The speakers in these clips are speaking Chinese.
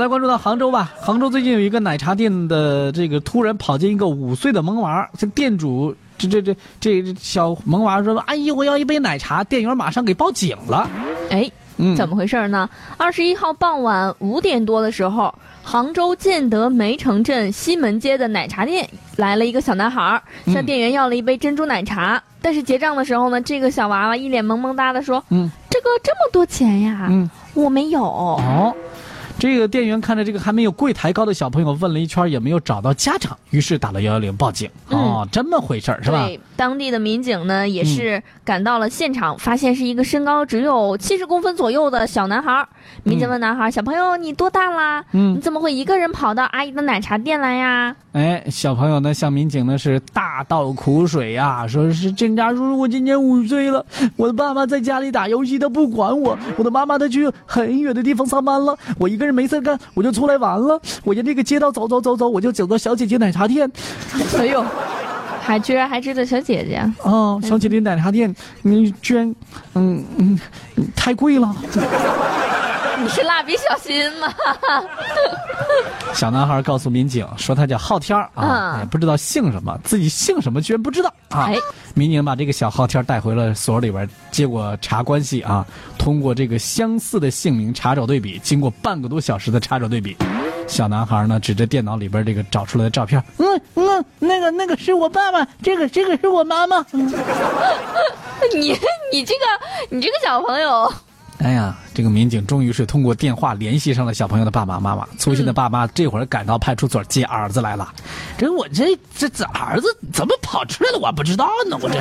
来关注到杭州吧，杭州最近有一个奶茶店的这个突然跑进一个5岁的萌娃，这店主这小萌娃说：“阿姨，我要一杯奶茶。”店员马上给报警了。 怎么回事呢？21号傍晚5点多的时候，杭州建德梅城镇西门街的奶茶店来了一个小男孩，向店员要了一杯珍珠奶茶。但是结账的时候呢，这个小娃娃一脸萌萌哒的说：“这个这么多钱呀？我没有。” 哦。这个店员看着这个还没有柜台高的小朋友，问了一圈也没有找到家长，于是打了110报警。这么回事是吧？ 对，当地的民警呢也是赶到了现场，发现是一个身高只有70公分左右的小男孩。民警问男孩：“小朋友，你多大啦？你怎么会一个人跑到阿姨的奶茶店来呀？” 小朋友呢向民警呢是大倒苦水呀，说是警察叔叔，我今年5岁了，我的爸妈在家里打游戏，他不管我，我的妈妈她去很远的地方上班了，我一个人没事干，我就出来玩了，我沿这个街道走，我就走到小姐姐奶茶店。 哎呦，居然还知道小姐姐小姐姐奶茶店，你居然太贵了。 你是蜡笔小新吗？ 小男孩告诉民警说他叫昊天也不知道姓什么，自己姓什么居然不知道民警把这个小昊天带回了所里边，结果查关系通过这个相似的姓名查找对比，经过半个多小时的查找对比，小男孩呢指着电脑里边这个找出来的照片，那个是我爸爸，这个是我妈妈。 你这个小朋友。 这个民警终于是通过电话联系上了小朋友的爸爸妈妈。粗心的爸妈这会儿赶到派出所接儿子来了。我这儿子怎么跑出来了？我不知道呢，我这。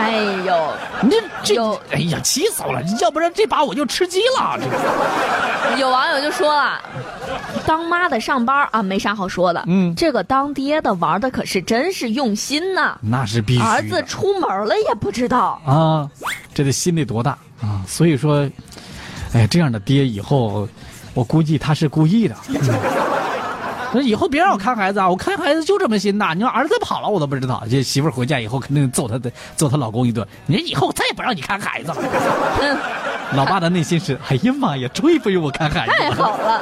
气死我了！要不然这把我就吃鸡了。 有网友就说了，当妈的上班没啥好说的。这个当爹的玩的可是真是用心呐。 那是必须的。 儿子出门了也不知道这得心得多大所以说。这样的爹以后，我估计他是故意的。以后别让我看孩子我看孩子就这么心大。你说儿子跑了我都不知道，这媳妇回家以后肯定揍她老公一顿。你以后再也不让你看孩子了。老爸的内心是：哎呀妈呀，终于不用我看孩子了， 太好了，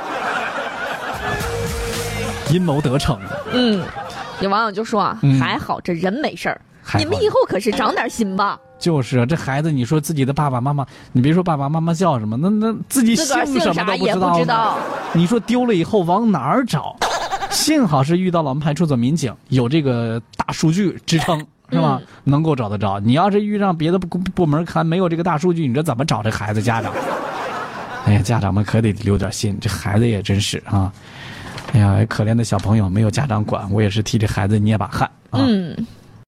阴谋得逞。 有网友就说还好这人没事儿，你们以后可是长点心吧。 就是这孩子，你说自己的爸爸妈妈，你别说爸爸妈妈叫什么，那自己姓什么都不知道。你说丢了以后往哪儿找？幸好是遇到了我们派出所民警，有这个大数据支撑，是吧？能够找得着。你要是遇上别的部门看没有这个大数据，你这怎么找这孩子家长？家长们可得留点心，这孩子也真是可怜的小朋友没有家长管，我也是替这孩子捏把汗